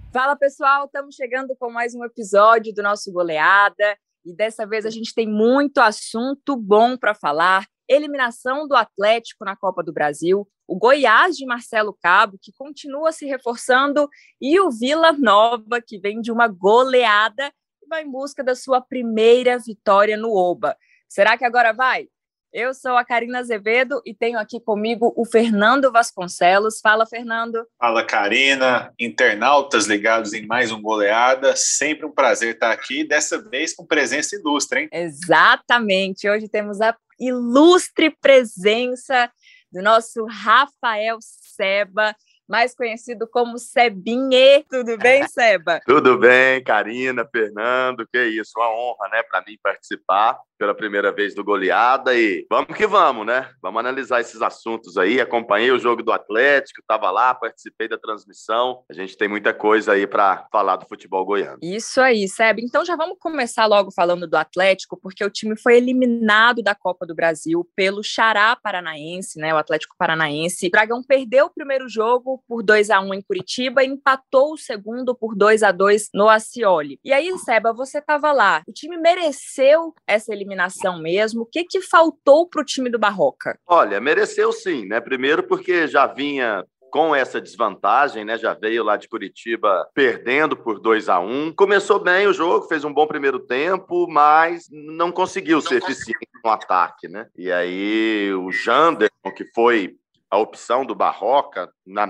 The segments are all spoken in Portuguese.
Fala, pessoal, estamos chegando com mais um episódio do nosso Goleada e dessa vez a gente tem muito assunto bom para falar. Eliminação do Atlético na Copa do Brasil, o Goiás de Marcelo Cabo, que continua se reforçando, e o Vila Nova, que vem de uma goleada e vai em busca da sua primeira vitória no Oba. Será que agora vai? Eu sou a Karina Azevedo e tenho aqui comigo o Fernando Vasconcelos. Fala, Fernando. Fala, Karina. Internautas ligados em mais um Goleada. Sempre um prazer estar aqui, dessa vez com presença ilustre, hein? Exatamente. Hoje temos a ilustre presença do nosso Rafael Seba, mais conhecido como Sebinha. Tudo bem, Seba? Tudo bem, Karina, Fernando, que isso, uma honra, né, para mim participar pela primeira vez do Goleada e vamos que vamos, né? Vamos analisar esses assuntos aí. Acompanhei o jogo do Atlético, estava lá, participei da transmissão. A gente tem muita coisa aí para falar do futebol goiano. Isso aí, Seba. Então já vamos começar logo falando do Atlético, porque o time foi eliminado da Copa do Brasil pelo Xará Paranaense, né? O Atlético Paranaense. O Dragão perdeu o primeiro jogo por 2-1 em Curitiba e empatou o segundo por 2-2 no Ascioli. E aí, Seba, você estava lá. O time mereceu essa eliminação mesmo? O que faltou para o time do Barroca? Olha, mereceu sim, né? Primeiro porque já vinha com essa desvantagem, né? Já veio lá de Curitiba perdendo por 2-1. Começou bem o jogo, fez um bom primeiro tempo, mas não conseguiu ser eficiente no ataque, né? E aí o Janderson, que foi a opção do Barroca,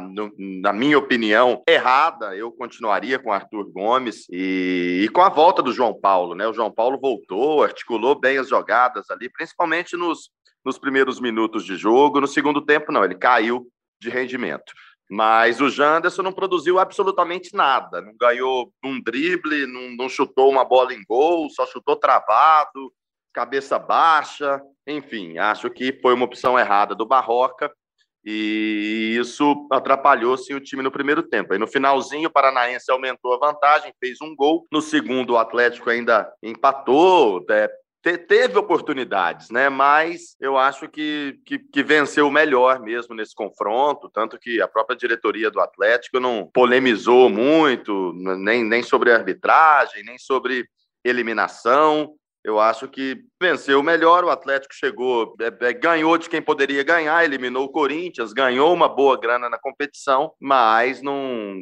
na minha opinião, errada, eu continuaria com Arthur Gomes e com a volta do João Paulo, né? O João Paulo voltou, articulou bem as jogadas ali, principalmente nos primeiros minutos de jogo. No segundo tempo, não, ele caiu de rendimento. Mas o Janderson não produziu absolutamente nada, não ganhou um drible, não chutou uma bola em gol, só chutou travado, cabeça baixa, enfim, acho que foi uma opção errada do Barroca. E isso atrapalhou, sim, o time no primeiro tempo. Aí no finalzinho o Paranaense aumentou a vantagem, fez um gol. No segundo o Atlético ainda empatou, teve oportunidades, né? Mas eu acho que venceu melhor mesmo nesse confronto, tanto que a própria diretoria do Atlético não polemizou muito, nem sobre a arbitragem, nem sobre eliminação. Eu acho que venceu melhor, o Atlético chegou, ganhou de quem poderia ganhar, eliminou o Corinthians, ganhou uma boa grana na competição, mas não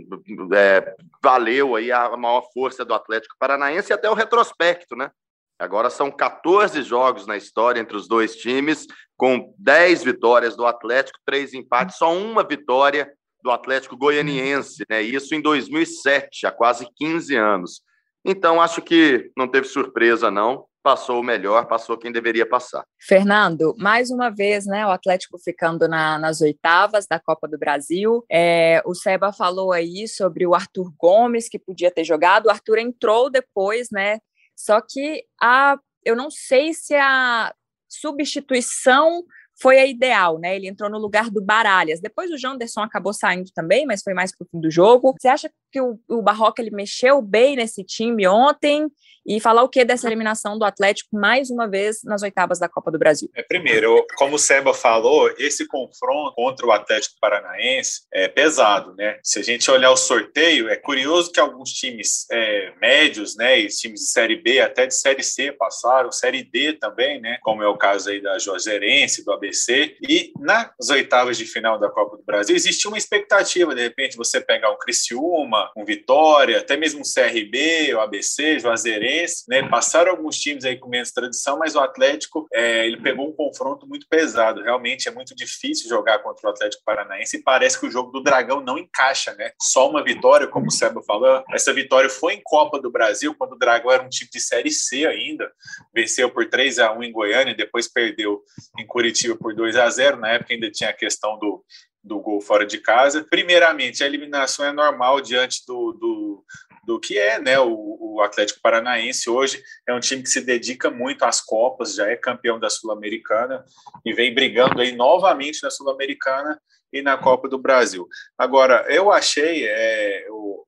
valeu aí a maior força do Atlético Paranaense e até o retrospecto, né? Agora são 14 jogos na história entre os dois times, com 10 vitórias do Atlético, 3 empates, só uma vitória do Atlético Goianiense, né? Isso em 2007, há quase 15 anos. Então, acho que não teve surpresa, não. Passou o melhor, passou quem deveria passar. Fernando, mais uma vez, né, o Atlético ficando nas oitavas da Copa do Brasil. O Seba falou aí sobre o Arthur Gomes, que podia ter jogado. O Arthur entrou depois, né? Só que eu não sei se a substituição foi a ideal, né? Ele entrou no lugar do Baralhas. Depois o Janderson acabou saindo também, mas foi mais pro fim do jogo. Você acha que o Barroca ele mexeu bem nesse time ontem? E falar o que dessa eliminação do Atlético mais uma vez nas oitavas da Copa do Brasil? Primeiro, como o Seba falou, esse confronto contra o Atlético Paranaense é pesado, né? Se a gente olhar o sorteio, é curioso que alguns times médios, né, e times de Série B, até de Série C passaram, Série D também, né, como é o caso aí da Juazeirense, do ABC, e nas oitavas de final da Copa do Brasil existia uma expectativa, de repente você pegar um Criciúma, um Vitória, até mesmo um CRB, o ABC, Juazeirense, né? Passaram alguns times aí com menos tradição, mas o Atlético ele pegou um confronto muito pesado. Realmente é muito difícil jogar contra o Atlético Paranaense e parece que o jogo do Dragão não encaixa, né? Só uma vitória, como o Seba falou. Essa vitória foi em Copa do Brasil, quando o Dragão era um time de Série C ainda. Venceu por 3-1 em Goiânia e depois perdeu em Curitiba por 2-0. Na época ainda tinha a questão do gol fora de casa. Primeiramente, a eliminação é normal diante do que é, né, o Atlético Paranaense. Hoje é um time que se dedica muito às Copas, já é campeão da Sul-Americana e vem brigando aí novamente na Sul-Americana e na Copa do Brasil. Agora, eu achei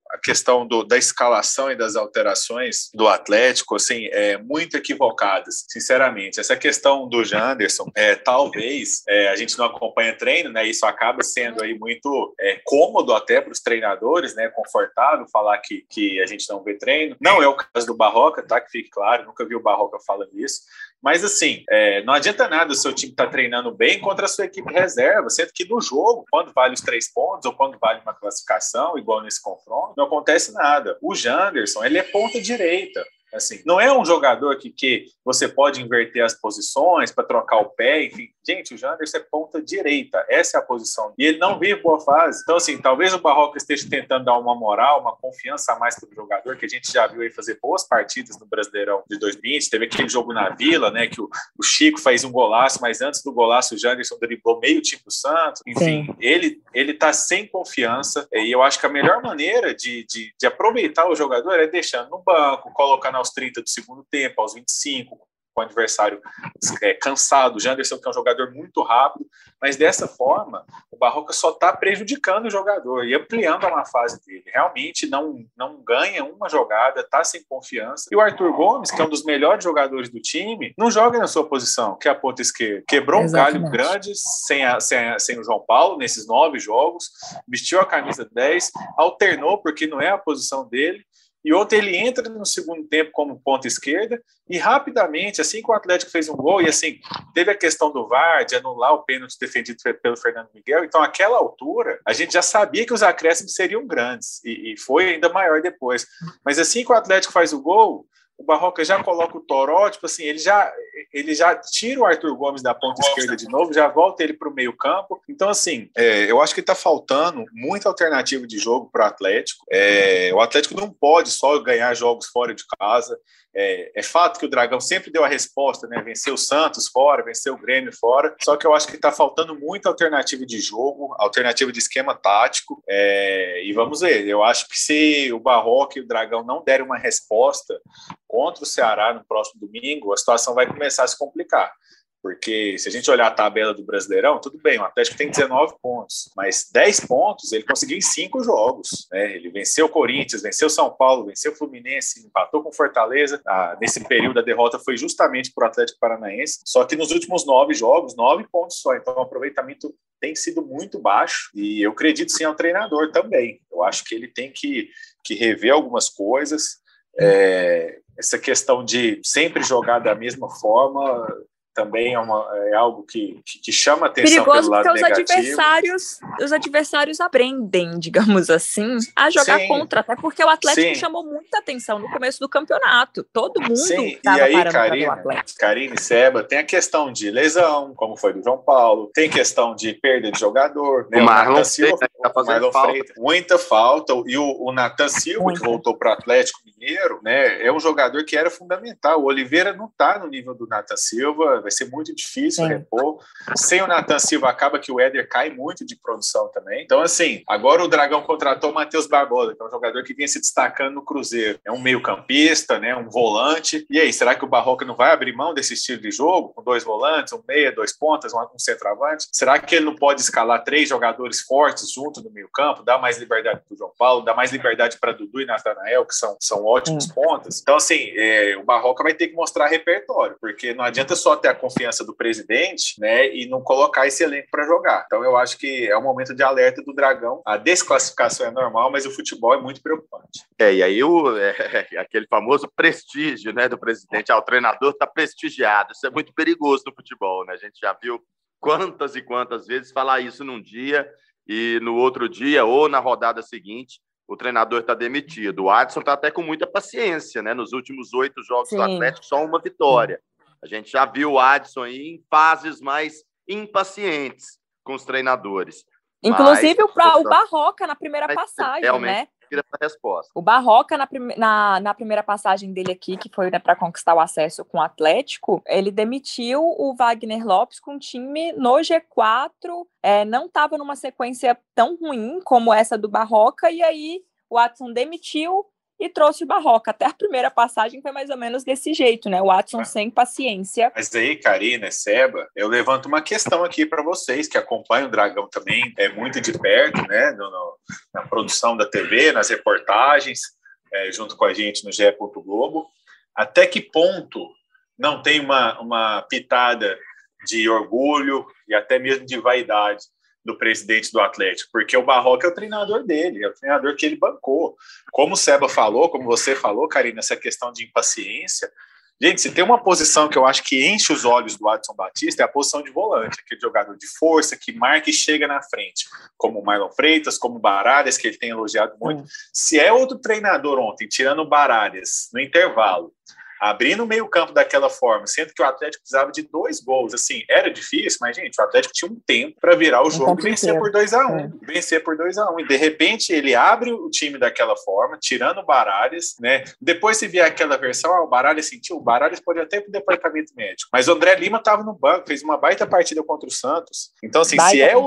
a questão da escalação e das alterações do Atlético, assim, muito equivocadas, sinceramente. Essa questão do Janderson, talvez a gente não acompanha treino, né? Isso acaba sendo aí muito cômodo até para os treinadores, né? Confortável falar que a gente não vê treino. Não é o caso do Barroca, tá? Que fique claro, nunca vi o Barroca falando isso. Mas, assim, não adianta nada o seu time estar treinando bem contra a sua equipe reserva, sendo que no jogo, quando vale os 3 pontos ou quando vale uma classificação, igual nesse confronto, não acontece nada. O Janderson, ele é ponta direita. Assim, não é um jogador que você pode inverter as posições para trocar o pé, enfim. Gente, o Janderson é ponta direita, essa é a posição. E ele não vive boa fase. Então, assim, talvez o Barroca esteja tentando dar uma moral, uma confiança a mais para o jogador, que a gente já viu aí fazer boas partidas no Brasileirão de 2020. Teve aquele jogo na Vila, né, que o Chico faz um golaço, mas antes do golaço o Janderson driblou meio time do Santos. Enfim, ele tá sem confiança, e eu acho que a melhor maneira de aproveitar o jogador é deixando no banco, colocando aos 30 do segundo tempo, aos 25, com o adversário cansado. O Janderson, que é um jogador muito rápido, mas dessa forma o Barroca só está prejudicando o jogador e ampliando a má fase dele. Realmente não ganha uma jogada, está sem confiança. E o Arthur Gomes, que é um dos melhores jogadores do time, não joga na sua posição, que é a ponta esquerda. Quebrou um galho grande sem o João Paulo nesses 9 jogos, vestiu a camisa 10, alternou porque não é a posição dele. E ontem ele entra no segundo tempo como ponta esquerda e rapidamente, assim que o Atlético fez um gol, e assim, teve a questão do VAR, de anular o pênalti defendido pelo Fernando Miguel, então àquela altura a gente já sabia que os acréscimos seriam grandes e foi ainda maior depois. Mas assim que o Atlético faz o gol, o Barroca já coloca o Toró, tipo assim, ele já tira o Arthur Gomes da ponta esquerda de novo, já volta ele para o meio campo. Então, assim, eu acho que está faltando muita alternativa de jogo para o Atlético. O Atlético não pode só ganhar jogos fora de casa. É fato que o Dragão sempre deu a resposta, né? Venceu o Santos fora, venceu o Grêmio fora, só que eu acho que está faltando muita alternativa de jogo, alternativa de esquema tático, e vamos ver, eu acho que se o Barroca e o Dragão não derem uma resposta contra o Ceará no próximo domingo, a situação vai começar a se complicar. Porque se a gente olhar a tabela do Brasileirão, tudo bem, o Atlético tem 19 pontos, mas 10 pontos ele conseguiu em 5 jogos. Né? Ele venceu o Corinthians, venceu o São Paulo, venceu o Fluminense, empatou com o Fortaleza. Nesse período, a derrota foi justamente para o Atlético Paranaense, só que nos últimos 9 jogos, 9 pontos só. Então, o aproveitamento tem sido muito baixo e eu acredito sim ao treinador também. Eu acho que ele tem que rever algumas coisas. Essa questão de sempre jogar da mesma forma também é algo que chama atenção pelo lado negativo. Perigoso porque os adversários aprendem, digamos assim, a jogar contra, até porque o Atlético chamou muita atenção no começo do campeonato. Todo mundo estava parando para ver o Atlético. Karine, Seba, tem a questão de lesão, como foi do João Paulo, tem questão de perda de jogador, né? O Nathan Silva está fazendo falta. Muita falta, e o Nathan Silva, que voltou para o Atlético Mineiro, né, é um jogador que era fundamental. O Oliveira não está no nível do Nathan Silva, vai ser muito difícil repor. Sem o Nathan Silva, acaba que o Éder cai muito de produção também. Então, assim, agora o Dragão contratou o Matheus Barbosa, que é um jogador que vinha se destacando no Cruzeiro. É um meio-campista, né, um volante. E aí, será que o Barroca não vai abrir mão desse estilo de jogo? Com 2 volantes, um meia, 2 pontas, um centroavante? Será que ele não pode escalar 3 jogadores fortes junto no meio-campo, dar mais liberdade para o João Paulo, dar mais liberdade para Dudu e Natanael, que são ótimos pontas? Então, assim, o Barroca vai ter que mostrar repertório, porque não adianta só ter a confiança do presidente, né, e não colocar esse elenco para jogar. Então eu acho que é um momento de alerta do Dragão. A desclassificação é normal, mas o futebol é muito preocupante. E aí aquele famoso prestígio, né, do presidente. O treinador está prestigiado. Isso é muito perigoso no futebol, né? A gente já viu quantas e quantas vezes falar isso num dia e no outro dia ou na rodada seguinte o treinador está demitido. O Adson está até com muita paciência, né? Nos últimos 8 jogos do Atlético, só uma vitória. A gente já viu o Adson aí em fases mais impacientes com os treinadores. Inclusive o Barroca na primeira passagem, realmente, né? Essa resposta. O Barroca, na primeira passagem dele aqui, que foi, né, para conquistar o acesso com o Atlético, ele demitiu o Wagner Lopes com o time no G4, não estava numa sequência tão ruim como essa do Barroca, e aí o Adson demitiu e trouxe o Barroca. Até a primeira passagem foi mais ou menos desse jeito, né? O Watson sem paciência. Mas aí, Karina, Seba, eu levanto uma questão aqui para vocês que acompanham o Dragão também muito de perto, né? Na produção da TV, nas reportagens, junto com a gente no GE. Globo. Até que ponto não tem uma pitada de orgulho e até mesmo de vaidade do presidente do Atlético, porque o Barroca é o treinador dele, é o treinador que ele bancou. Como o Seba falou, como você falou, Karina, essa questão de impaciência. Gente, se tem uma posição que eu acho que enche os olhos do Adson Batista, é a posição de volante, aquele jogador de força que marca e chega na frente, como o Marlon Freitas, como o Baralhas, que ele tem elogiado muito. Se é outro treinador ontem, tirando o Baralhas no intervalo, abrindo o meio-campo daquela forma, sendo que o Atlético precisava de 2 gols. Assim, era difícil, mas, gente, o Atlético tinha um tempo para virar o jogo e vencer por 2-1. Vencer por 2-1. E, de repente, ele abre o time daquela forma, tirando o Baralhas, né? Depois, se vier aquela versão, o Baralhas sentiu, o Baralhas pode até ir para o departamento médico. Mas o André Lima estava no banco, fez uma baita partida contra o Santos. Então, assim,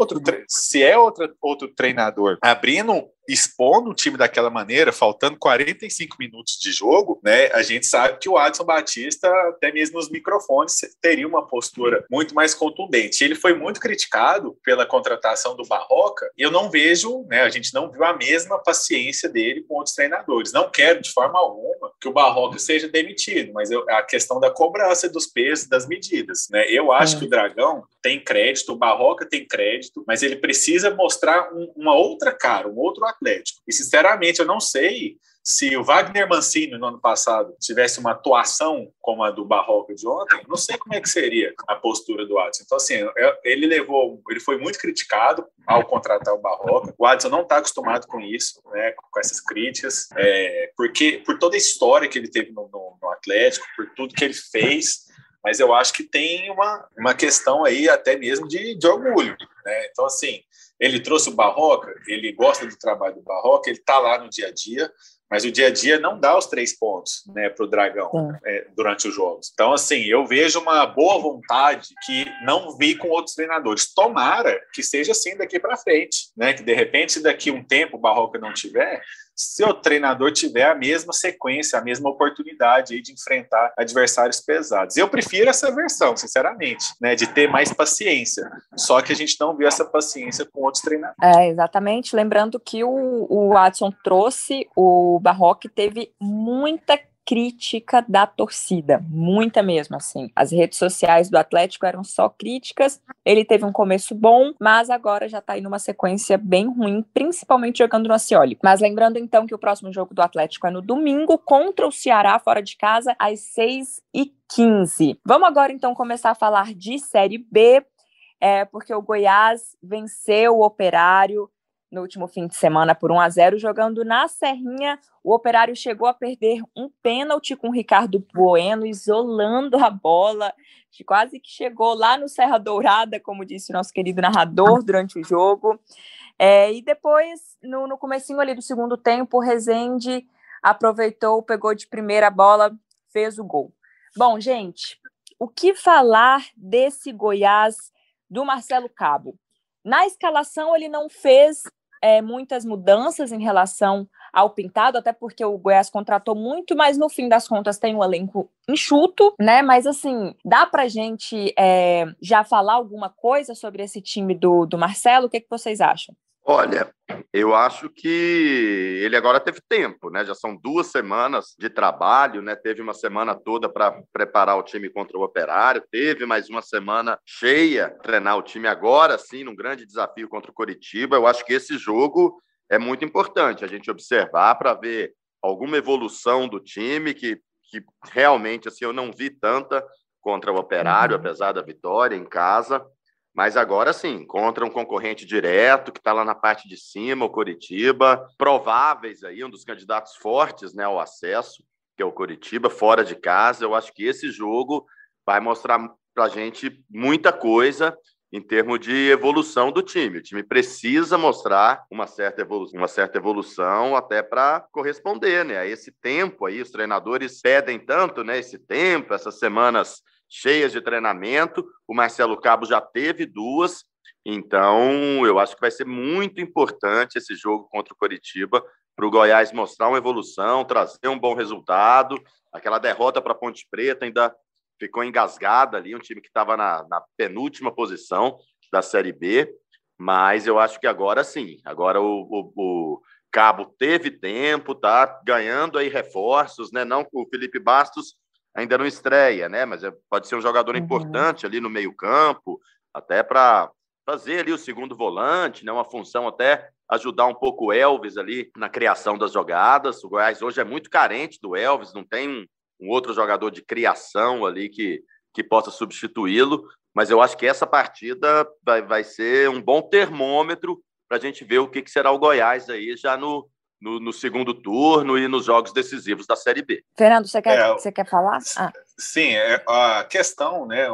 se é outro treinador expondo o time daquela maneira, faltando 45 minutos de jogo, né, a gente sabe que o Adson Batista, até mesmo nos microfones, teria uma postura muito mais contundente. Ele foi muito criticado pela contratação do Barroca, e eu não vejo, né, a gente não viu a mesma paciência dele com outros treinadores. Não quero, de forma alguma, que o Barroca seja demitido, mas a questão da cobrança dos pesos, das medidas, né, eu acho que o Dragão tem crédito, o Barroca tem crédito, mas ele precisa mostrar uma outra cara, um outro Atlético. E, sinceramente, eu não sei se o Wagner Mancini, no ano passado, tivesse uma atuação como a do Barroca de ontem, não sei como é que seria a postura do Adson. Então, assim, ele foi muito criticado ao contratar o Barroca. O Adson não está acostumado com isso, né, com essas críticas, porque por toda a história que ele teve no Atlético, por tudo que ele fez, mas eu acho que tem uma questão aí até mesmo de orgulho, né? Então, assim, ele trouxe o Barroca, ele gosta do trabalho do Barroca, ele está lá no dia a dia, mas o dia a dia não dá os 3 pontos, né, para o Dragão durante os jogos. Então, assim, eu vejo uma boa vontade que não vi com outros treinadores. Tomara que seja assim daqui para frente, né? Que de repente, se daqui um tempo o Barroca não tiver, se o treinador tiver a mesma sequência, a mesma oportunidade aí de enfrentar adversários pesados. Eu prefiro essa versão, sinceramente, né, de ter mais paciência. Só que a gente não viu essa paciência com outros treinadores. Exatamente. Lembrando que o Adson trouxe o Barroca, teve muita crítica da torcida, muita mesmo, assim. As redes sociais do Atlético eram só críticas, ele teve um começo bom, mas agora já tá aí numa sequência bem ruim, principalmente jogando no Ascioli. Mas lembrando, então, que o próximo jogo do Atlético é no domingo, contra o Ceará, fora de casa, às 6h15. Vamos agora, então, começar a falar de Série B, porque o Goiás venceu o Operário no último fim de semana por 1-0, jogando na Serrinha. O Operário chegou a perder um pênalti com o Ricardo Bueno, isolando a bola, quase que chegou lá no Serra Dourada, como disse o nosso querido narrador durante o jogo. E depois, no comecinho ali do segundo tempo, o Rezende aproveitou, pegou de primeira bola, fez o gol. Bom, gente, o que falar desse Goiás do Marcelo Cabo? Na escalação, ele não fez muitas mudanças em relação ao Pintado, até porque o Goiás contratou muito, mas no fim das contas tem um elenco enxuto, né? Mas assim, dá pra gente já falar alguma coisa sobre esse time do Marcelo? O que vocês acham? Olha, eu acho que ele agora teve tempo, né? Já são 2 semanas de trabalho, né? Teve uma semana toda para preparar o time contra o Operário, teve mais uma semana cheia para treinar o time agora, sim, num grande desafio contra o Coritiba. Eu acho que esse jogo é muito importante a gente observar para ver alguma evolução do time que realmente, assim, eu não vi tanta contra o Operário, apesar da vitória em casa. Mas agora sim, contra um concorrente direto que está lá na parte de cima, o Coritiba, prováveis aí, um dos candidatos fortes, né, ao acesso, que é o Coritiba, fora de casa. Eu acho que esse jogo vai mostrar para a gente muita coisa em termos de evolução do time. O time precisa mostrar uma certa evolução até para corresponder, né, a esse tempo aí. Os treinadores pedem tanto, né, esse tempo, essas semanas cheias de treinamento. O Marcelo Cabo já teve 2, então eu acho que vai ser muito importante esse jogo contra o Coritiba para o Goiás mostrar uma evolução, trazer um bom resultado. Aquela derrota para a Ponte Preta ainda ficou engasgada ali, um time que estava na penúltima posição da Série B, mas eu acho que agora sim, agora o Cabo teve tempo, tá ganhando aí reforços, né? Não, o Felipe Bastos ainda não estreia, né? Mas pode ser um jogador importante ali no meio-campo, até para fazer ali o segundo volante, né? Uma função até ajudar um pouco o Elvis ali na criação das jogadas. O Goiás hoje é muito carente do Elvis, não tem um outro jogador de criação ali que possa substituí-lo, mas eu acho que essa partida vai ser um bom termômetro para a gente ver o que será o Goiás aí já no segundo turno e nos jogos decisivos da Série B. Fernando, você quer falar? Sim, a questão, né,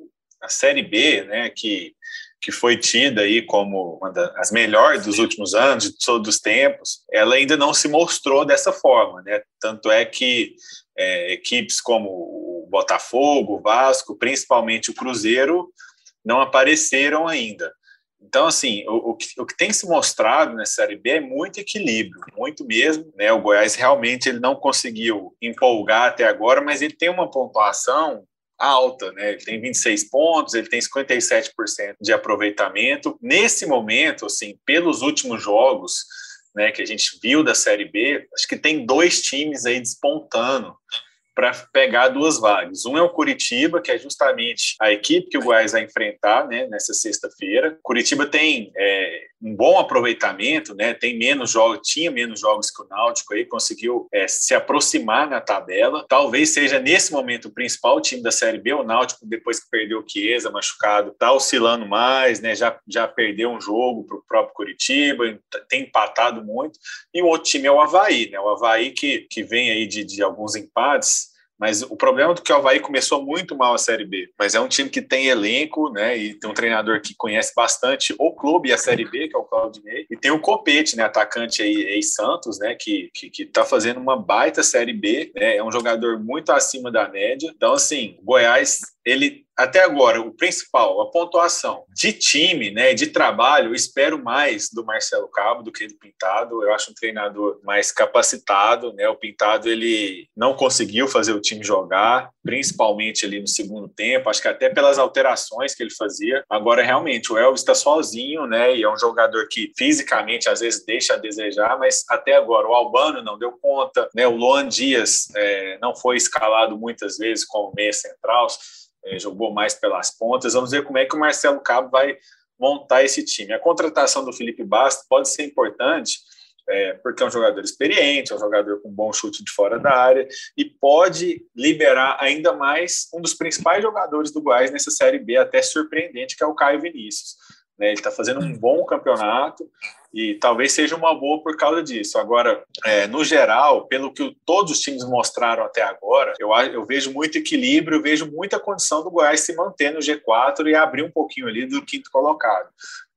a Série B, né, que foi tida aí como uma das melhores dos últimos anos, de todos os tempos, ela ainda não se mostrou dessa forma, né? Tanto é que equipes como o Botafogo, o Vasco, principalmente o Cruzeiro, não apareceram ainda. Então, assim, o que tem se mostrado nessa Série B é muito equilíbrio, muito mesmo, né? O Goiás realmente ele não conseguiu empolgar até agora, mas ele tem uma pontuação alta, né? Ele tem 26 pontos, ele tem 57% de aproveitamento. Nesse momento, assim, pelos últimos jogos, né, que a gente viu da Série B, acho que tem 2 times aí despontando para pegar 2 vagas. Um é o Curitiba, que é justamente a equipe que o Goiás vai enfrentar, né, nessa sexta-feira. Curitiba tem um bom aproveitamento, né, tinha menos jogos que o Náutico, aí, conseguiu se aproximar na tabela. Talvez seja, nesse momento, o principal time da Série B. O Náutico, depois que perdeu o Chiesa, machucado, está oscilando mais, né, já perdeu um jogo para o próprio Curitiba, tem empatado muito. E o outro time é o Avaí, né, o Avaí que vem aí de alguns empates. Mas o problema é que o Avaí começou muito mal a Série B, mas é um time que tem elenco, né, e tem um treinador que conhece bastante o clube e a Série B, que é o Claudinei, e tem o Copete, né, atacante aí, ex-Santos, né, que tá fazendo uma baita Série B, né, é um jogador muito acima da média. Então, assim, o Goiás, ele, até agora, o principal, a pontuação de time, né, de trabalho, eu espero mais do Marcelo Cabo do que do Pintado. Eu acho um treinador mais capacitado, né, o Pintado, ele não conseguiu fazer o time jogar, principalmente ali no segundo tempo, acho que até pelas alterações que ele fazia. Agora, realmente, o Elvis está sozinho, né, e é um jogador que fisicamente, às vezes, deixa a desejar, mas até agora o Albano não deu conta, né, o Luan Dias não foi escalado muitas vezes como meia central, jogou mais pelas pontas. Vamos ver como é que o Marcelo Cabo vai montar esse time. A contratação do Felipe Bastos pode ser importante, porque é um jogador experiente, é um jogador com bom chute de fora da área e pode liberar ainda mais um dos principais jogadores do Goiás nessa Série B, até surpreendente, que é o Caio Vinícius. Ele está fazendo um bom campeonato e talvez seja uma boa por causa disso. Agora, no geral, pelo que todos os times mostraram até agora, eu vejo muito equilíbrio, eu vejo muita condição do Goiás se manter no G4 e abrir um pouquinho ali do quinto colocado.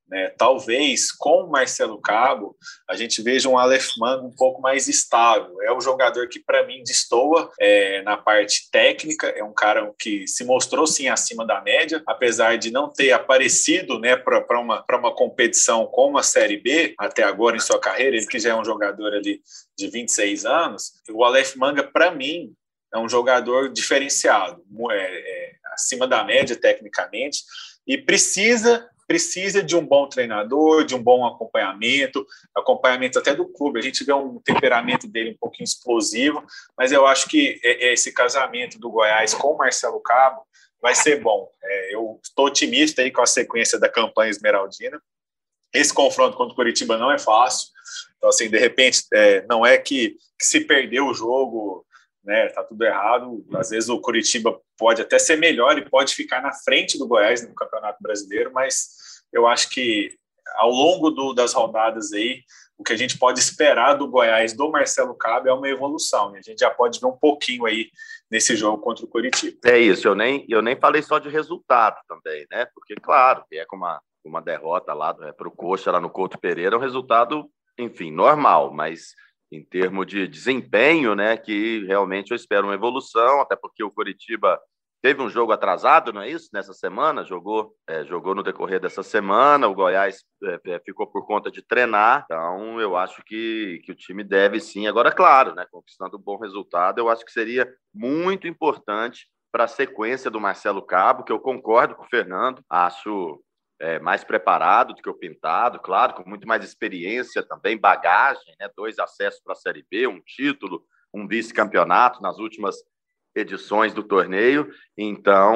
Talvez com o Marcelo Cabo a gente veja um Aleph Manga um pouco mais estável. É um jogador que para mim destoa na parte técnica, é um cara que se mostrou sim acima da média, apesar de não ter aparecido, né, para uma competição como a Série B até agora em sua carreira. Ele que já é um jogador ali de 26 anos, o Aleph Manga para mim é um jogador diferenciado, acima da média tecnicamente, e precisa de um bom treinador, de um bom acompanhamento até do clube. A gente vê um temperamento dele um pouquinho explosivo, mas eu acho que esse casamento do Goiás com o Marcelo Cabo vai ser bom. Eu estou otimista aí com a sequência da campanha esmeraldina. Esse confronto contra o Curitiba não é fácil, então, assim, de repente, não é que se perdeu o jogo, né, tá tudo errado. Às vezes o Curitiba pode até ser melhor e pode ficar na frente do Goiás no Campeonato Brasileiro, mas eu acho que ao longo das rodadas aí, o que a gente pode esperar do Goiás, do Marcelo Cabo, é uma evolução, né? A gente já pode ver um pouquinho aí nesse jogo contra o Curitiba. É isso, eu nem falei só de resultado também, né? Porque, claro, que com uma derrota lá para o Coxa, lá no Couto Pereira, é um resultado, enfim, normal, mas em termos de desempenho, né, que realmente eu espero uma evolução, até porque o Curitiba teve um jogo atrasado, não é isso? Nessa semana, jogou no decorrer dessa semana, o Goiás ficou por conta de treinar, então eu acho que o time deve sim, agora claro, né, conquistando um bom resultado, eu acho que seria muito importante para a sequência do Marcelo Cabo, que eu concordo com o Fernando, acho mais preparado do que o Pintado, claro, com muito mais experiência também, bagagem, né, 2 acessos para a Série B, um título, um vice-campeonato nas últimas edições do torneio, então,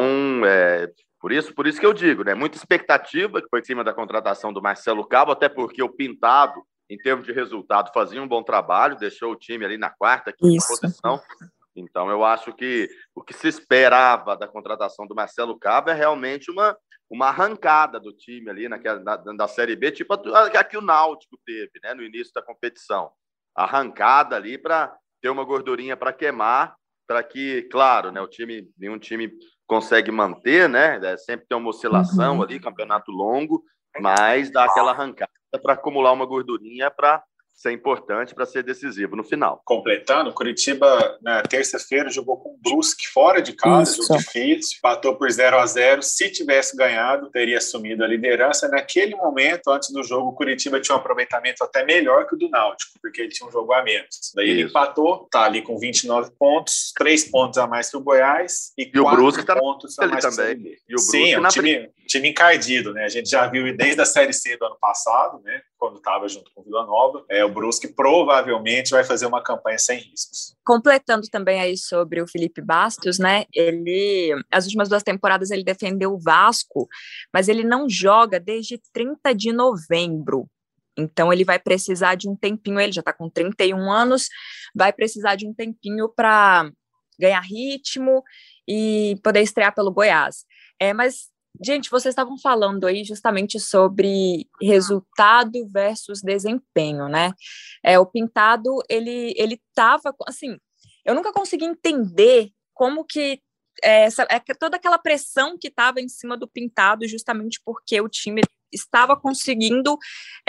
por isso que eu digo, né, muita expectativa que foi em cima da contratação do Marcelo Cabo, até porque o Pintado, em termos de resultado, fazia um bom trabalho, deixou o time ali na 4ª, 5ª posição. Então, eu acho que o que se esperava da contratação do Marcelo Cabo é realmente uma arrancada do time ali da Série B, tipo a que o Náutico teve, né, no início da competição. Arrancada ali para ter uma gordurinha para queimar, para que, claro, né, nenhum time consegue manter, né, sempre tem uma oscilação ali, campeonato longo, mas dá aquela arrancada para acumular uma gordurinha para ser importante, para ser decisivo no final. Completando, o Curitiba, na terça-feira, jogou com o Brusque fora de casa, jogo difícil, empatou por 0-0. Se tivesse ganhado, teria assumido a liderança. Naquele momento, antes do jogo, o Curitiba tinha um aproveitamento até melhor que o do Náutico, porque ele tinha um jogo a menos. Daí ele empatou, tá ali com 29 pontos, 3 pontos a mais que o Goiás e 4 pontos a mais que o CRB. Sim, é um time encardido, né? A gente já viu desde a Série C do ano passado, né? Quando estava junto com o Vila Nova, o Brusque provavelmente vai fazer uma campanha sem riscos. Completando também aí sobre o Felipe Bastos, né? As últimas 2 temporadas ele defendeu o Vasco, mas ele não joga desde 30 de novembro. Então ele vai precisar de um tempinho, ele já está com 31 anos, vai precisar de um tempinho para ganhar ritmo e poder estrear pelo Goiás. Mas gente, vocês estavam falando aí justamente sobre resultado versus desempenho, né? O Pintado, ele estava, assim, eu nunca consegui entender como que toda aquela pressão que estava em cima do Pintado, justamente porque o time estava conseguindo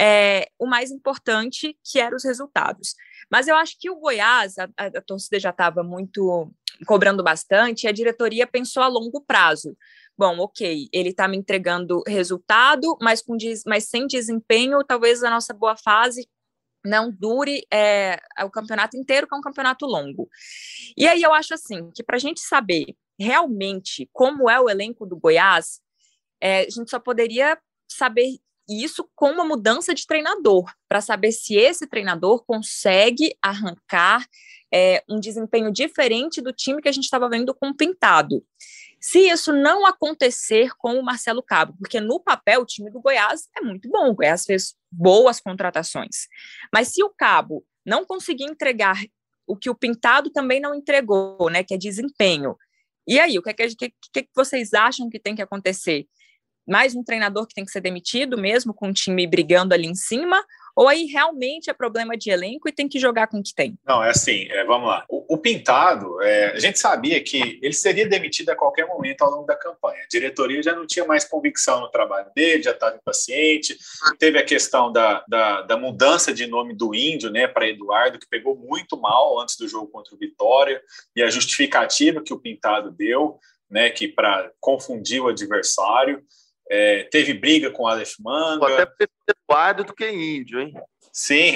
o mais importante, que eram os resultados. Mas eu acho que o Goiás, a torcida já estava muito cobrando bastante, e a diretoria pensou a longo prazo. Bom, ok, ele está me entregando resultado, mas sem desempenho, talvez a nossa boa fase não dure o campeonato inteiro, que é um campeonato longo. E aí eu acho assim, que para a gente saber realmente como é o elenco do Goiás, a gente só poderia saber isso com uma mudança de treinador, para saber se esse treinador consegue arrancar um desempenho diferente do time que a gente estava vendo com o Pintado. Se isso não acontecer com o Marcelo Cabo, porque no papel o time do Goiás é muito bom, o Goiás fez boas contratações, mas se o Cabo não conseguir entregar o que o Pintado também não entregou, né, que é desempenho, e aí, o que vocês acham que tem que acontecer? Mais um treinador que tem que ser demitido mesmo, com o time brigando ali em cima, ou aí realmente é problema de elenco e tem que jogar com o que tem? Não, é assim, vamos lá. O Pintado, a gente sabia que ele seria demitido a qualquer momento ao longo da campanha. A diretoria já não tinha mais convicção no trabalho dele, já estava impaciente. Teve a questão da mudança de nome do Índio, né, para Eduardo, que pegou muito mal antes do jogo contra o Vitória, e a justificativa que o Pintado deu, né, que para confundir o adversário. Teve briga com o Aleph Manga. Até prefiro Eduardo do que Índio, hein? Sim.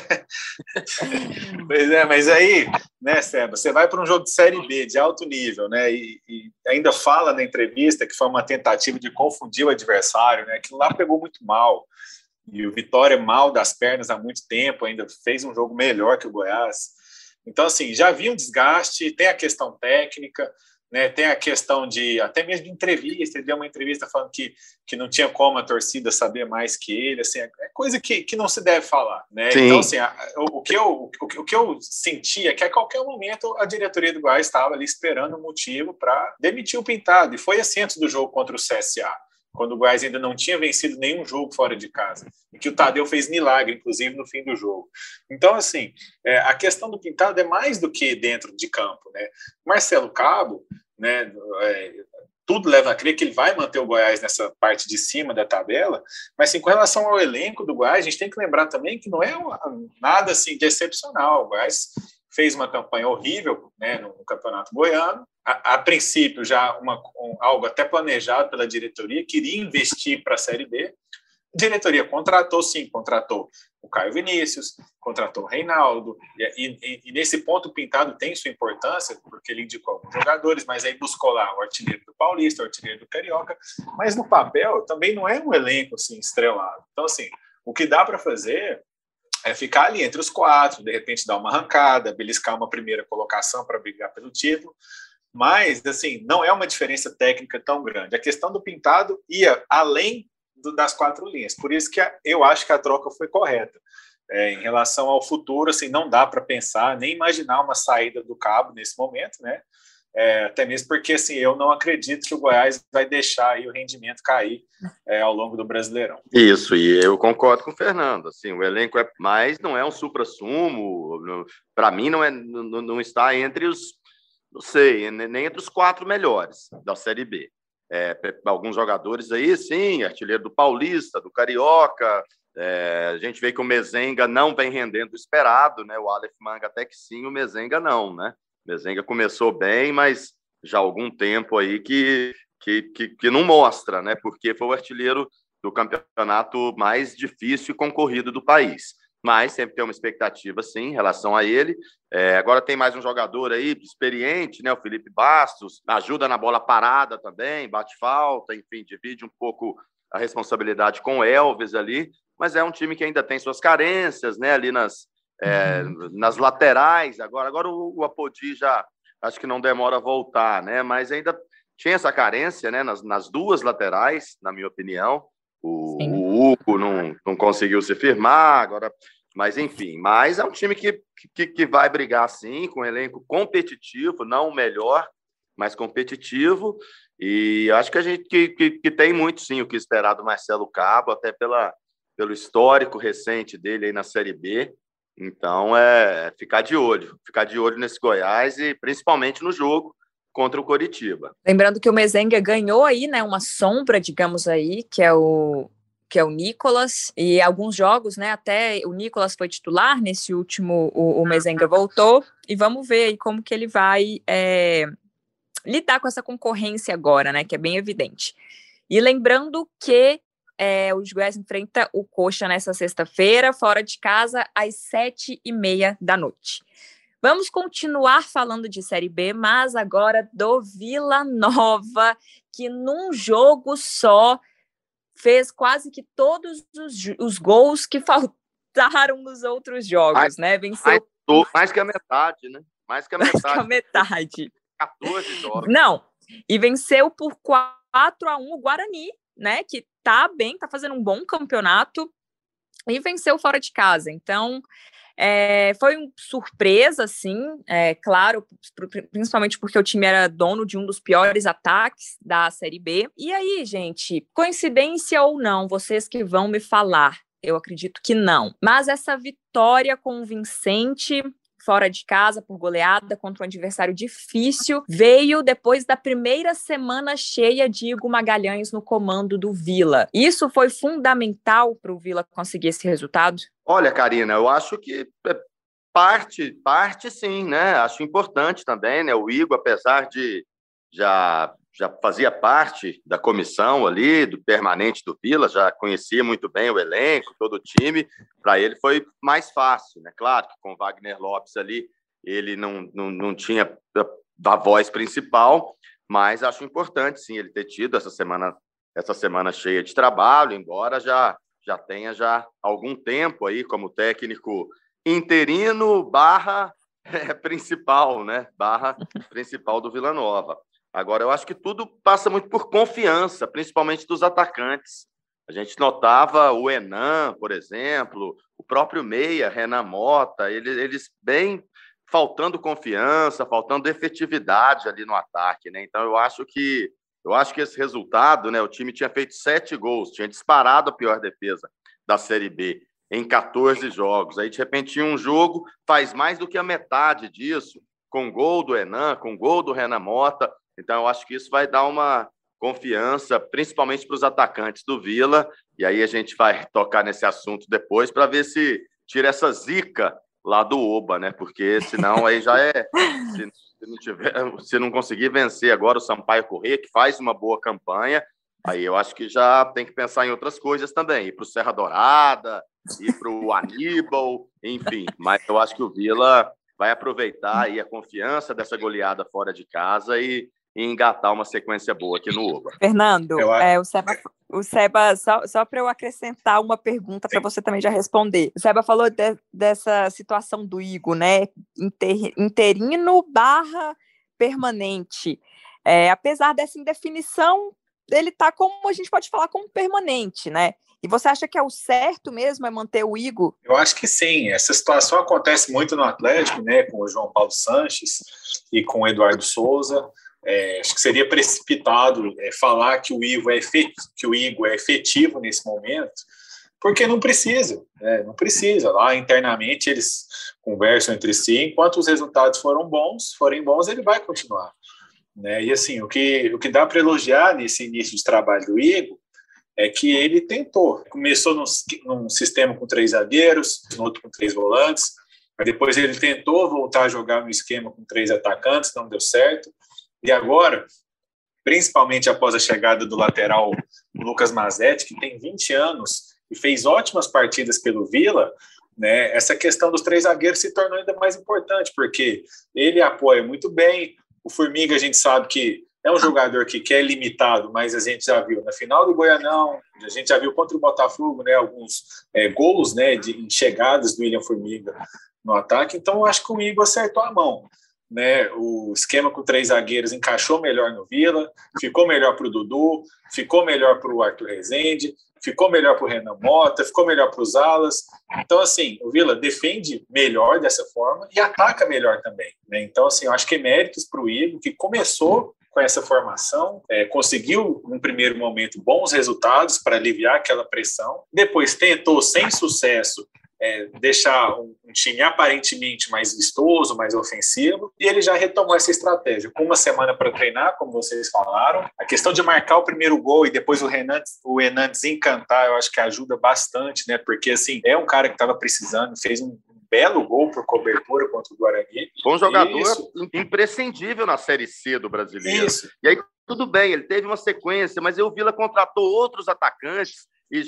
Pois mas aí, né, Seba, você vai para um jogo de Série B, de alto nível, né, e ainda fala na entrevista que foi uma tentativa de confundir o adversário, né, aquilo lá pegou muito mal. E o Vitória, mal das pernas há muito tempo, ainda fez um jogo melhor que o Goiás. Então, assim, já havia um desgaste, tem a questão técnica, né, tem a questão de, até mesmo de entrevista, ele deu uma entrevista falando que não tinha como a torcida saber mais que ele, assim, é coisa que não se deve falar, né? Então, assim, o que eu senti é que a qualquer momento a diretoria do Goiás estava ali esperando um motivo para demitir o Pintado, e foi assim antes do jogo contra o CSA, quando o Goiás ainda não tinha vencido nenhum jogo fora de casa, e que o Tadeu fez milagre, inclusive, no fim do jogo. Então, assim, a questão do Pintado é mais do que dentro de campo, né? Marcelo Cabo, né, tudo leva a crer que ele vai manter o Goiás nessa parte de cima da tabela, mas assim, com relação ao elenco do Goiás, a gente tem que lembrar também que não é nada assim, de excepcional. O Goiás fez uma campanha horrível, né, no Campeonato Goiano, a princípio, já algo até planejado pela diretoria, queria investir para a Série B. A diretoria contratou o Caio Vinícius, contratou o Reinaldo, e nesse ponto o Pintado tem sua importância, porque ele indicou alguns jogadores, mas aí buscou lá o artilheiro do Paulista, o artilheiro do Carioca, mas no papel também não é um elenco assim, estrelado. Então, assim, o que dá para fazer é ficar ali entre os 4, de repente dar uma arrancada, beliscar uma primeira colocação para brigar pelo título, mas, assim, não é uma diferença técnica tão grande. A questão do Pintado ia além das 4 linhas, por isso que eu acho que a troca foi correta. Em relação ao futuro, assim, não dá para pensar, nem imaginar uma saída do Cabo nesse momento, né? Até mesmo porque, assim, eu não acredito que o Goiás vai deixar aí o rendimento cair ao longo do Brasileirão. Isso, e eu concordo com o Fernando, assim, o elenco mas não é um supra-sumo, para mim não está entre os, não sei, nem entre os 4 melhores da Série B. Alguns jogadores aí, sim, artilheiro do Paulista, do Carioca, a gente vê que o Mezenga não vem rendendo o esperado, né? O Aleph Manga até que sim, o Mezenga não, né? O Mezenga começou bem, mas já há algum tempo aí que não mostra, né? Porque foi o artilheiro do campeonato mais difícil e concorrido do país. Mas sempre tem uma expectativa, sim, em relação a ele. Agora tem mais um jogador aí, experiente, né? O Felipe Bastos, ajuda na bola parada também, bate falta, enfim, divide um pouco a responsabilidade com o Elvis ali, mas é um time que ainda tem suas carências, né? Ali nas laterais. Agora o Apodi já acho que não demora a voltar, né? Mas ainda tinha essa carência, né? Nas 2 laterais, na minha opinião. O Hugo não conseguiu se firmar, agora, mas enfim. Mas é um time que vai brigar, sim, com um elenco competitivo, não o melhor, mas competitivo. E acho que a gente que tem muito, sim, o que esperar do Marcelo Cabo, até pelo histórico recente dele aí na Série B. Então, ficar de olho nesse Goiás e principalmente no jogo contra o Coritiba. Lembrando que o Mezenga ganhou aí, né, uma sombra, digamos aí, que é o Nicolas, e alguns jogos, né, até o Nicolas foi titular, nesse último o Mezenga voltou, e vamos ver aí como que ele vai lidar com essa concorrência agora, né, que é bem evidente. E lembrando que o Goiás enfrenta o Coxa nessa sexta-feira, fora de casa, às 7h30 da noite. Vamos continuar falando de Série B, mas agora do Vila Nova, que num jogo só fez quase que todos os gols que faltaram nos outros jogos, né? Venceu mais que a metade, né? Mais que a metade. 14 jogos. Não, e venceu por 4-1 o Guarani, né? Que tá bem, tá fazendo um bom campeonato e venceu fora de casa. Então, foi uma surpresa, sim, claro, principalmente porque o time era dono de um dos piores ataques da Série B. E aí, gente, coincidência ou não, vocês que vão me falar, eu acredito que não. Mas essa vitória convincente fora de casa por goleada contra um adversário difícil veio depois da primeira semana cheia de Igor Magalhães no comando do Vila. Isso foi fundamental para o Vila conseguir esse resultado? Olha, Karina, eu acho que parte sim, né? Acho importante também, né? O Igor, apesar de já fazia parte da comissão ali, do permanente do Vila, já conhecia muito bem o elenco, todo o time, para ele foi mais fácil, né? Claro que com o Wagner Lopes ali, ele não tinha a voz principal, mas acho importante, sim, ele ter tido essa semana cheia de trabalho, embora já tenha algum tempo aí como técnico interino principal, né? Principal do Vila Nova. Agora, eu acho que tudo passa muito por confiança, principalmente dos atacantes. A gente notava o Henan, por exemplo, o próprio meia, Renan Mota, eles bem faltando confiança, faltando efetividade ali no ataque, né? Então, eu acho que esse resultado, né? O time tinha feito 7 gols, tinha disparado a pior defesa da Série B em 14 jogos. Aí, de repente, um jogo faz mais do que a metade disso, com gol do Henan, com gol do Renan Mota. Então, eu acho que isso vai dar uma confiança, principalmente para os atacantes do Vila, e aí a gente vai tocar nesse assunto depois para ver se tira essa zica lá do Oba, né? Porque senão aí já é... Se não conseguir vencer agora o Sampaio Corrêa, que faz uma boa campanha, aí eu acho que já tem que pensar em outras coisas também. Ir para o Serra Dourada, ir para o Aníbal, enfim. Mas eu acho que o Vila vai aproveitar aí a confiança dessa goleada fora de casa e engatar uma sequência boa aqui no Oba. Fernando, o Seba, só para eu acrescentar uma pergunta para você também já responder. O Seba falou dessa situação do Igor, né? Interino / permanente. Apesar dessa indefinição, ele está como a gente pode falar como permanente, né? E você acha que é o certo mesmo manter o Igor? Eu acho que sim. Essa situação acontece muito no Atlético, né? Com o João Paulo Sanches e com o Eduardo Souza. Acho que seria precipitado falar que o Igor é efetivo nesse momento, porque não precisa, né? Não precisa. Lá internamente eles conversam entre si, enquanto os resultados forem bons, ele vai continuar, né? E assim, o que dá para elogiar nesse início de trabalho do Igor é que ele tentou. Começou num sistema com 3 zagueiros, no outro com 3 volantes, mas depois ele tentou voltar a jogar no esquema com 3 atacantes, não deu certo. E agora, principalmente após a chegada do lateral Lucas Mazetti, que tem 20 anos e fez ótimas partidas pelo Vila, né, essa questão dos 3 zagueiros se tornou ainda mais importante, porque ele apoia muito bem. O Formiga, a gente sabe que é um jogador que é limitado, mas a gente já viu na final do Goianão, a gente já viu contra o Botafogo, né, alguns gols, né, em chegadas do William Formiga no ataque. Então, eu acho que o Igor acertou a mão, né? O esquema com 3 zagueiros encaixou melhor no Vila, ficou melhor para o Dudu, ficou melhor para o Arthur Rezende, ficou melhor para o Renan Mota, ficou melhor para os alas. Então, assim, o Vila defende melhor dessa forma e ataca melhor também, né? Então, assim, eu acho que é méritos para o Igor, que começou com essa formação, conseguiu, num primeiro momento, bons resultados para aliviar aquela pressão, depois tentou, sem sucesso, deixar um time aparentemente mais vistoso, mais ofensivo, e ele já retomou essa estratégia, com uma semana para treinar, como vocês falaram. A questão de marcar o primeiro gol e depois o Renan desencantar, eu acho que ajuda bastante, né? Porque assim, é um cara que estava precisando, fez um belo gol por cobertura contra o Guarani. Bom jogador, imprescindível na Série C do Brasileiro. Isso. E aí, tudo bem, ele teve uma sequência, mas o Vila contratou outros atacantes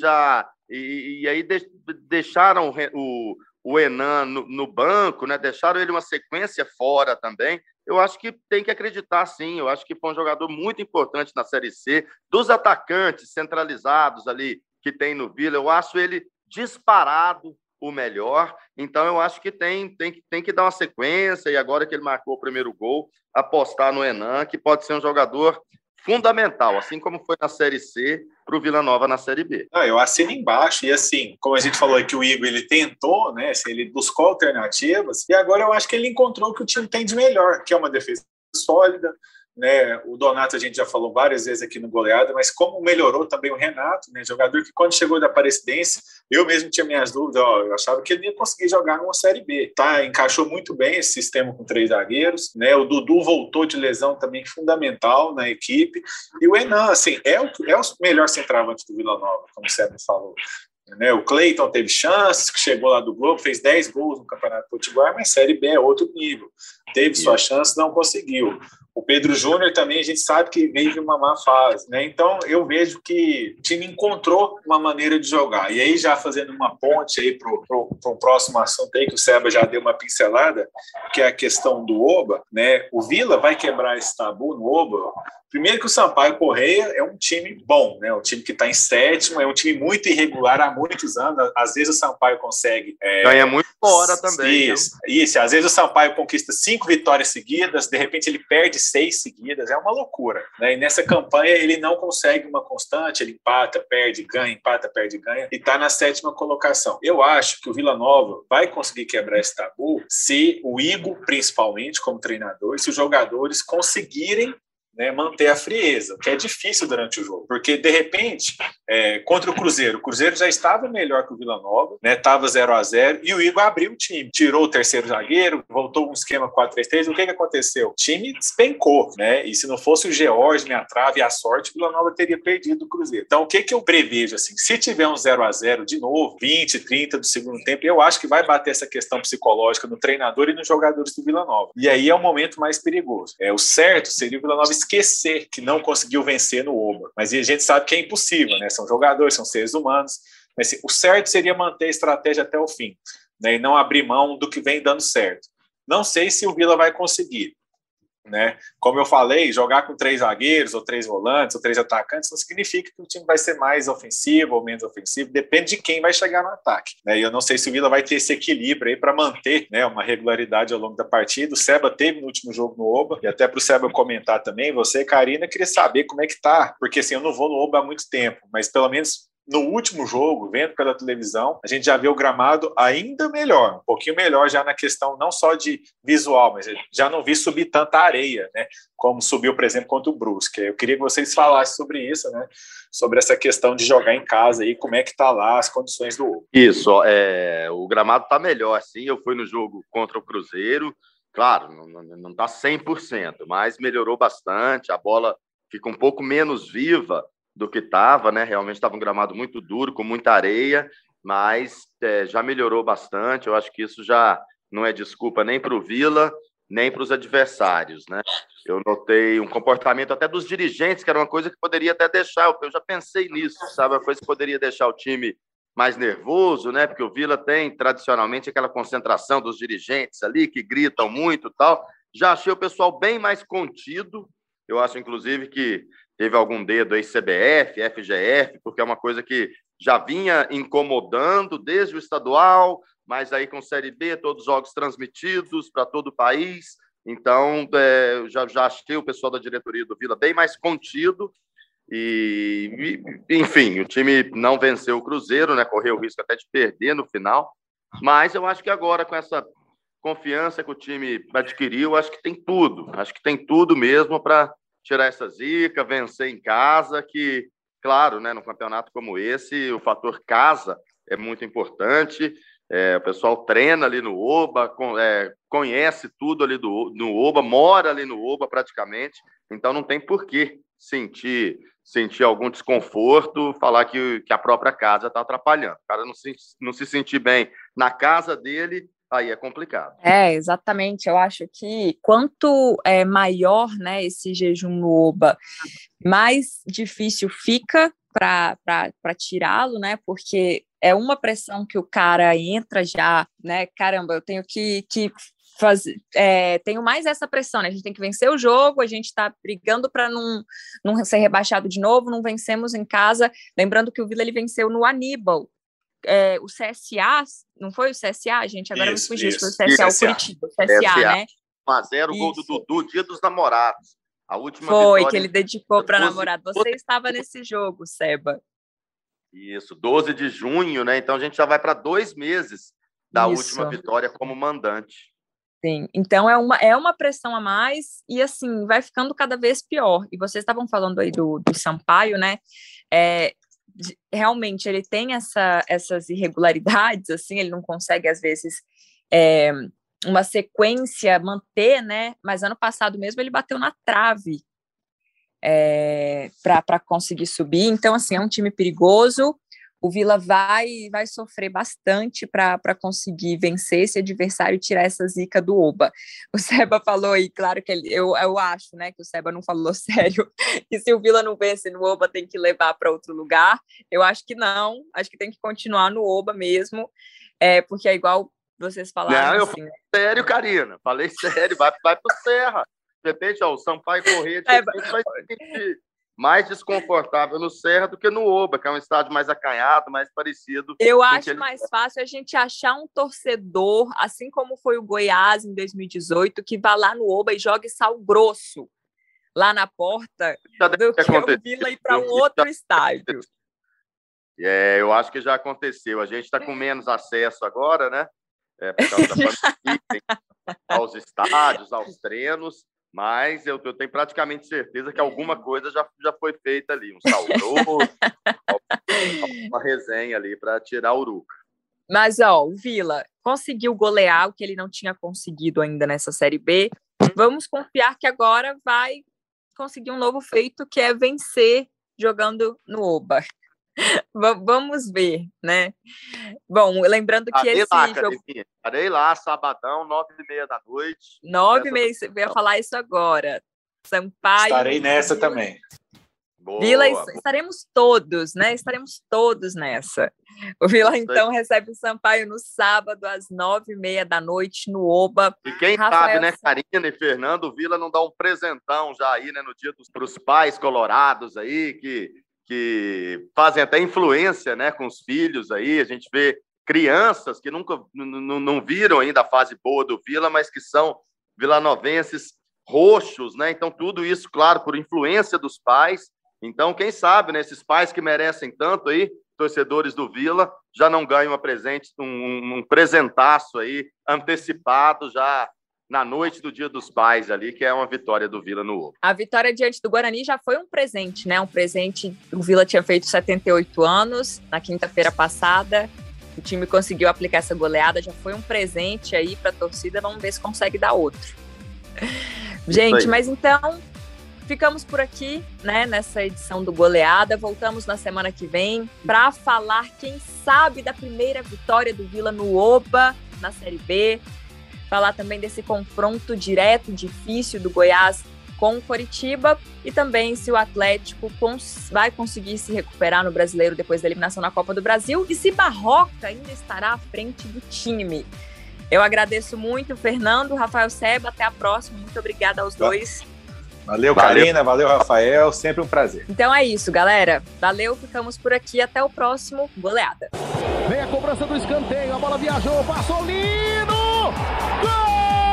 e aí deixaram o Henan no banco, né? Deixaram ele uma sequência fora também. Eu acho que tem que acreditar, sim. Eu acho que foi um jogador muito importante na Série C. Dos atacantes centralizados ali que tem no Vila, eu acho ele disparado o melhor. Então, eu acho que tem que dar uma sequência, e agora que ele marcou o primeiro gol, apostar no Henan, que pode ser um jogador fundamental, assim como foi na Série C, para o Vila Nova na Série B. Eu assino embaixo, e assim, como a gente falou aqui, o Igor, ele tentou, né, assim, ele buscou alternativas, e agora eu acho que ele encontrou o que o time tem de melhor, que é uma defesa sólida, né? O Donato a gente já falou várias vezes aqui no Goleada, mas como melhorou também o Renato, né? Jogador que quando chegou da Aparecidense, eu mesmo tinha minhas dúvidas, eu achava que ele ia conseguir jogar numa Série B, tá? Encaixou muito bem esse sistema com 3 zagueiros, né? O Dudu voltou de lesão também fundamental na equipe, e o Henan, assim, é o melhor centroavante do Vila Nova, como o Sérgio falou. Né, o Cleiton teve chances, chegou lá do Globo, fez 10 gols no Campeonato Potiguar, mas Série B é outro nível. Teve sua chance, não conseguiu. O Pedro Júnior também, a gente sabe que veio de uma má fase, né? Então, eu vejo que o time encontrou uma maneira de jogar. E aí, já fazendo uma ponte aí para o próximo assunto aí, que o Seba já deu uma pincelada, que é a questão do Oba, né? O Vila vai quebrar esse tabu no Oba. Primeiro que o Sampaio Corrêa é um time bom, né? Um time que está em 7º, é um time muito irregular há muitos anos. Às vezes o Sampaio consegue... ganha muito fora também. Isso. Às vezes o Sampaio conquista 5 vitórias seguidas, de repente ele perde 6 seguidas, é uma loucura, né? E nessa campanha ele não consegue uma constante, ele empata, perde, ganha, e está na 7ª colocação. Eu acho que o Vila Nova vai conseguir quebrar esse tabu se o Igor, principalmente como treinador, se os jogadores conseguirem né, manter a frieza, que é difícil durante o jogo, porque de repente, contra o Cruzeiro já estava melhor que o Vila Nova, né, estava 0-0, e o Igor abriu o time, tirou o terceiro zagueiro, voltou um esquema 4-3-3, o que aconteceu? O time despencou, né, e se não fosse o George, a trave e a sorte, o Vila Nova teria perdido o Cruzeiro. Então, o que eu prevejo, assim, se tiver um 0-0 de novo, 20, 30 do segundo tempo, eu acho que vai bater essa questão psicológica no treinador e nos jogadores do Vila Nova. E aí é o momento mais perigoso. O certo seria o Vila Nova esquecer que não conseguiu vencer no Oba. Mas a gente sabe que é impossível, né? São jogadores, são seres humanos. Mas o certo seria manter a estratégia até o fim, né? E não abrir mão do que vem dando certo. Não sei se o Vila vai conseguir, né? Como eu falei, jogar com 3 zagueiros, ou 3 volantes, ou 3 atacantes, não significa que o time vai ser mais ofensivo ou menos ofensivo, depende de quem vai chegar no ataque, né? E eu não sei se o Vila vai ter esse equilíbrio aí para manter, né, uma regularidade ao longo da partida. O Seba teve no último jogo no Oba, e até para o Seba comentar também, você, Karina, queria saber como é que tá, porque assim, eu não vou no Oba há muito tempo, mas pelo menos no último jogo, vendo pela televisão, a gente já vê o gramado ainda melhor, um pouquinho melhor já na questão não só de visual, mas já não vi subir tanta areia, né, como subiu, por exemplo, contra o Brusque. Eu queria que vocês falassem sobre isso, né, sobre essa questão de jogar em casa e como é que está lá as condições do Ouro. Isso, o gramado está melhor, sim. Eu fui no jogo contra o Cruzeiro, claro, não está 100%, mas melhorou bastante, a bola fica um pouco menos viva do que estava, né? Realmente estava um gramado muito duro, com muita areia, mas já melhorou bastante. Eu acho que isso já não é desculpa nem para o Vila, nem para os adversários, né? Eu notei um comportamento até dos dirigentes, que era uma coisa que poderia até deixar, eu já pensei nisso, sabe? Uma coisa que poderia deixar o time mais nervoso, né? Porque o Vila tem, tradicionalmente, aquela concentração dos dirigentes ali, que gritam muito e tal. Já achei o pessoal bem mais contido. Eu acho, inclusive, que teve algum dedo aí, CBF, FGF, porque é uma coisa que já vinha incomodando desde o estadual, mas aí com Série B, todos os jogos transmitidos para todo o país. Então, já achei o pessoal da diretoria do Vila bem mais contido. E, enfim, o time não venceu o Cruzeiro, né? Correu o risco até de perder no final. Mas eu acho que agora, com essa confiança que o time adquiriu, acho que tem tudo. Acho que tem tudo mesmo para tirar essa zica, vencer em casa, que, claro, né, num campeonato como esse, o fator casa é muito importante. O pessoal treina ali no Oba, conhece tudo ali no Oba, mora ali no Oba praticamente, então não tem por que sentir algum desconforto, falar que a própria casa está atrapalhando. O cara não se sentir bem na casa dele, aí é complicado. Exatamente. Eu acho que quanto maior, né, esse jejum no Oba, mais difícil fica para tirá-lo, né? Porque é uma pressão que o cara entra já, né? Caramba, eu tenho que fazer. Tenho mais essa pressão, né? A gente tem que vencer o jogo, a gente está brigando para não ser rebaixado de novo, não vencemos em casa. Lembrando que o Vila ele venceu no Aníbal. O CSA, não foi o CSA, gente? Agora me fugiu, foi o CSA, o Curitiba, o CSA, né? 1-0, o gol do Dudu, Dia dos Namorados. A última foi, vitória, que ele dedicou para namorado. Você estava nesse jogo, Seba. Isso, 12 de junho, né? Então a gente já vai para 2 meses da última vitória como mandante. Sim, então é uma pressão a mais e, assim, vai ficando cada vez pior. E vocês estavam falando aí do Sampaio, né? Realmente ele tem essas irregularidades, assim, ele não consegue, às vezes, uma sequência manter, né? Mas ano passado mesmo ele bateu na trave para conseguir subir. Então, assim, é um time perigoso. O Vila vai sofrer bastante para conseguir vencer esse adversário e tirar essa zica do Oba. O Seba falou aí, claro que eu acho, né, que o Seba não falou sério, que se o Vila não vence no Oba tem que levar para outro lugar. Eu acho que não, acho que tem que continuar no Oba mesmo, porque é igual vocês falaram. Não, eu assim, falei sério, Karina, falei sério, vai pro Serra. De repente, o Sampaio Corrêa vai se sentir mais desconfortável no Serra do que no Oba, que é um estádio mais acanhado, mais parecido. Eu acho mais fácil a gente achar um torcedor, assim como foi o Goiás em 2018, que vá lá no Oba e jogue sal grosso lá na porta, do que o Vila ir para um outro estádio. Eu acho que já aconteceu. A gente está com menos acesso agora, né? Por causa da pandemia, aos estádios, aos treinos. Mas eu tenho praticamente certeza que alguma coisa já foi feita ali, um salvador, uma resenha ali para tirar o Uruca. Mas, ó, o Vila conseguiu golear o que ele não tinha conseguido ainda nessa Série B. Vamos confiar que agora vai conseguir um novo feito, que é vencer jogando no Oba. Vamos ver, né? Bom, lembrando que esse jogo... Estarei lá, sabadão, 9h30 da noite. 9h30, eu ia falar isso agora. Sampaio... Estarei nessa também. Boa, Vila, boa. estaremos todos, né? Estaremos todos nessa. O Vila, então, recebe o Sampaio no sábado, às 9h30 da noite, no Oba. E quem sabe, né, Karina e Fernando, o Vila não dá um presentão já aí, né, no dia pros pais colorados aí, que fazem até influência, né, com os filhos aí. A gente vê crianças que nunca não viram ainda a fase boa do Vila, mas que são vilanovenses roxos, né? Então, tudo isso, claro, por influência dos pais. Então, quem sabe, né, esses pais que merecem tanto aí, torcedores do Vila, já não ganham um presentaço aí, antecipado já na noite do Dia dos Pais ali, que é uma vitória do Vila no Oba. A vitória diante do Guarani já foi um presente, né? Um presente, o Vila tinha feito 78 anos, na quinta-feira passada, o time conseguiu aplicar essa goleada, já foi um presente aí para a torcida, vamos ver se consegue dar outro. Gente, mas então... ficamos por aqui, né, nessa edição do Goleada. Voltamos na semana que vem para falar, quem sabe, da primeira vitória do Vila no Oba, na Série B. Falar também desse confronto direto, difícil do Goiás com o Coritiba. E também se o Atlético vai conseguir se recuperar no Brasileiro depois da eliminação na Copa do Brasil. E se Barroca ainda estará à frente do time. Eu agradeço muito, Fernando, Rafael Seba. Até a próxima. Muito obrigada aos dois. Valeu, Karina. Valeu, Rafael. Sempre um prazer. Então é isso, galera. Valeu, ficamos por aqui. Até o próximo Goleada. Vem a cobrança do escanteio. A bola viajou, passou Lino! Gol!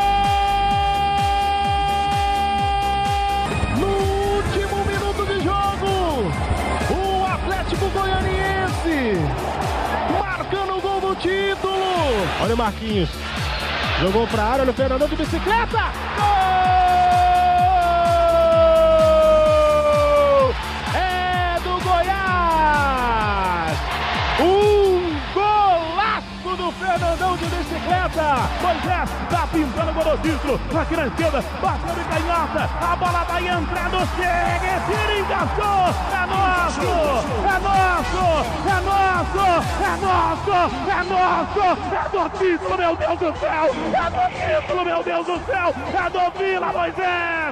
No último minuto de jogo, o Atlético Goianiense marcando o gol do título. Olha o Marquinhos. Jogou pra área, olha o Fernandão de bicicleta. Gol! Fernandão de bicicleta, Moisés tá pintando o golocímetro, aqui na esquerda, bateu de canhota, a bola vai entrando, chega, tira, encaixou, é nosso, é nosso, é nosso, é nosso, é nosso, é do título, meu Deus do céu, é do título, meu Deus do céu, é do Vila, Moisés!